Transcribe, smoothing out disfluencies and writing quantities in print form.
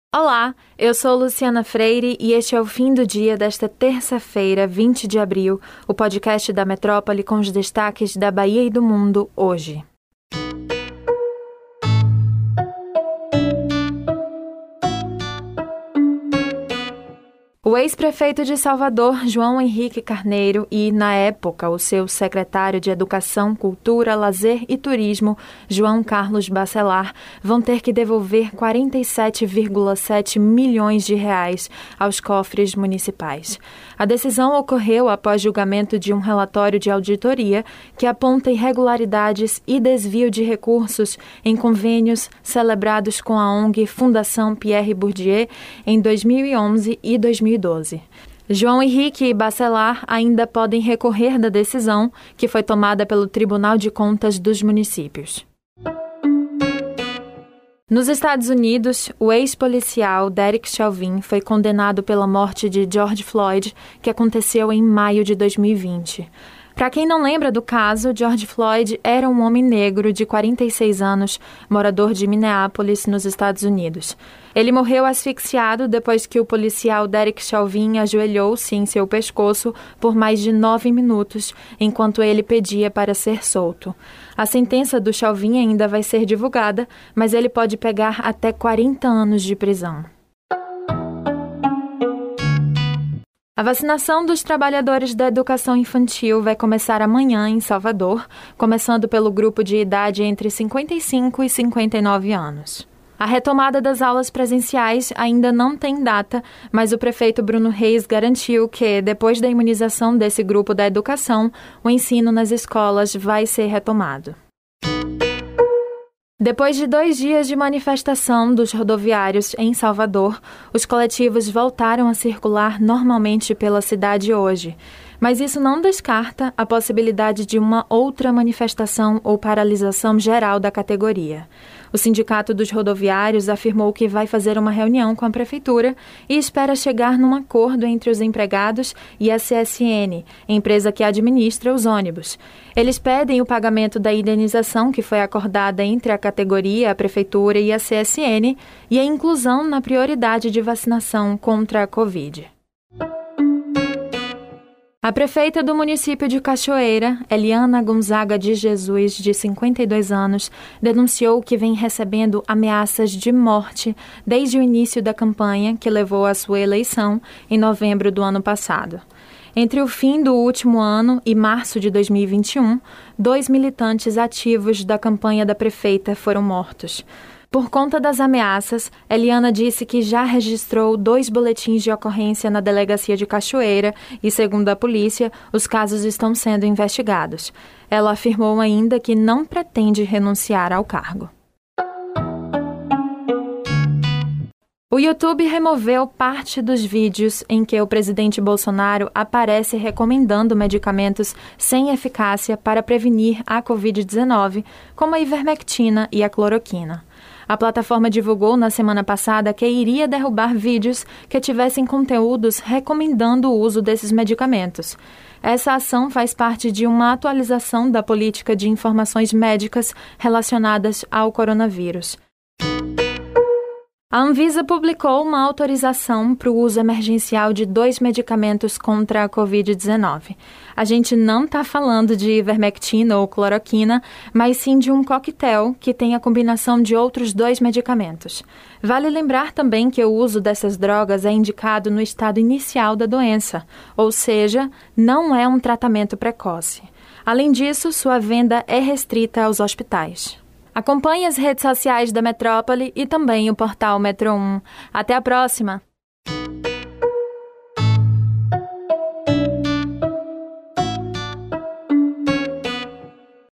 Olá, eu sou Luciana Freire e este é o fim do dia desta terça-feira, 20 de abril, o podcast da Metrópole com os destaques da Bahia e do mundo hoje. O ex-prefeito de Salvador, João Henrique Carneiro, e, na época, o seu secretário de Educação, Cultura, Lazer e Turismo, João Carlos Bacelar, vão ter que devolver 47,7 milhões de reais aos cofres municipais. A decisão ocorreu após julgamento de um relatório de auditoria que aponta irregularidades e desvio de recursos em convênios celebrados com a ONG Fundação Pierre Bourdieu em 2011 e 2012. João Henrique e Bacelar ainda podem recorrer da decisão, que foi tomada pelo Tribunal de Contas dos Municípios. Nos Estados Unidos, o ex-policial Derek Chauvin foi condenado pela morte de George Floyd, que aconteceu em maio de 2020. Para quem não lembra do caso, George Floyd era um homem negro de 46 anos, morador de Minneapolis, nos Estados Unidos. Ele morreu asfixiado depois que o policial Derek Chauvin ajoelhou-se em seu pescoço por mais de 9 minutos, enquanto ele pedia para ser solto. A sentença do Chauvin ainda vai ser divulgada, mas ele pode pegar até 40 anos de prisão. A vacinação dos trabalhadores da educação infantil vai começar amanhã em Salvador, começando pelo grupo de idade entre 55 e 59 anos. A retomada das aulas presenciais ainda não tem data, mas o prefeito Bruno Reis garantiu que, depois da imunização desse grupo da educação, o ensino nas escolas vai ser retomado. Depois de 2 dias de manifestação dos rodoviários em Salvador, os coletivos voltaram a circular normalmente pela cidade hoje. Mas isso não descarta a possibilidade de uma outra manifestação ou paralisação geral da categoria. O Sindicato dos Rodoviários afirmou que vai fazer uma reunião com a Prefeitura e espera chegar num acordo entre os empregados e a CSN, empresa que administra os ônibus. Eles pedem o pagamento da indenização que foi acordada entre a categoria, a Prefeitura e a CSN e a inclusão na prioridade de vacinação contra a Covid. A prefeita do município de Cachoeira, Eliana Gonzaga de Jesus, de 52 anos, denunciou que vem recebendo ameaças de morte desde o início da campanha que levou à sua eleição em novembro do ano passado. Entre o fim do último ano e março de 2021, 2 militantes ativos da campanha da prefeita foram mortos. Por conta das ameaças, Eliana disse que já registrou 2 boletins de ocorrência na delegacia de Cachoeira e, segundo a polícia, os casos estão sendo investigados. Ela afirmou ainda que não pretende renunciar ao cargo. O YouTube removeu parte dos vídeos em que o presidente Bolsonaro aparece recomendando medicamentos sem eficácia para prevenir a Covid-19, como a ivermectina e a cloroquina. A plataforma divulgou na semana passada que iria derrubar vídeos que tivessem conteúdos recomendando o uso desses medicamentos. Essa ação faz parte de uma atualização da política de informações médicas relacionadas ao coronavírus. A Anvisa publicou uma autorização para o uso emergencial de 2 medicamentos contra a Covid-19. A gente não está falando de ivermectina ou cloroquina, mas sim de um coquetel que tem a combinação de outros 2 medicamentos. Vale lembrar também que o uso dessas drogas é indicado no estado inicial da doença, ou seja, não é um tratamento precoce. Além disso, sua venda é restrita aos hospitais. Acompanhe as redes sociais da Metrópole e também o portal Metro 1. Até a próxima!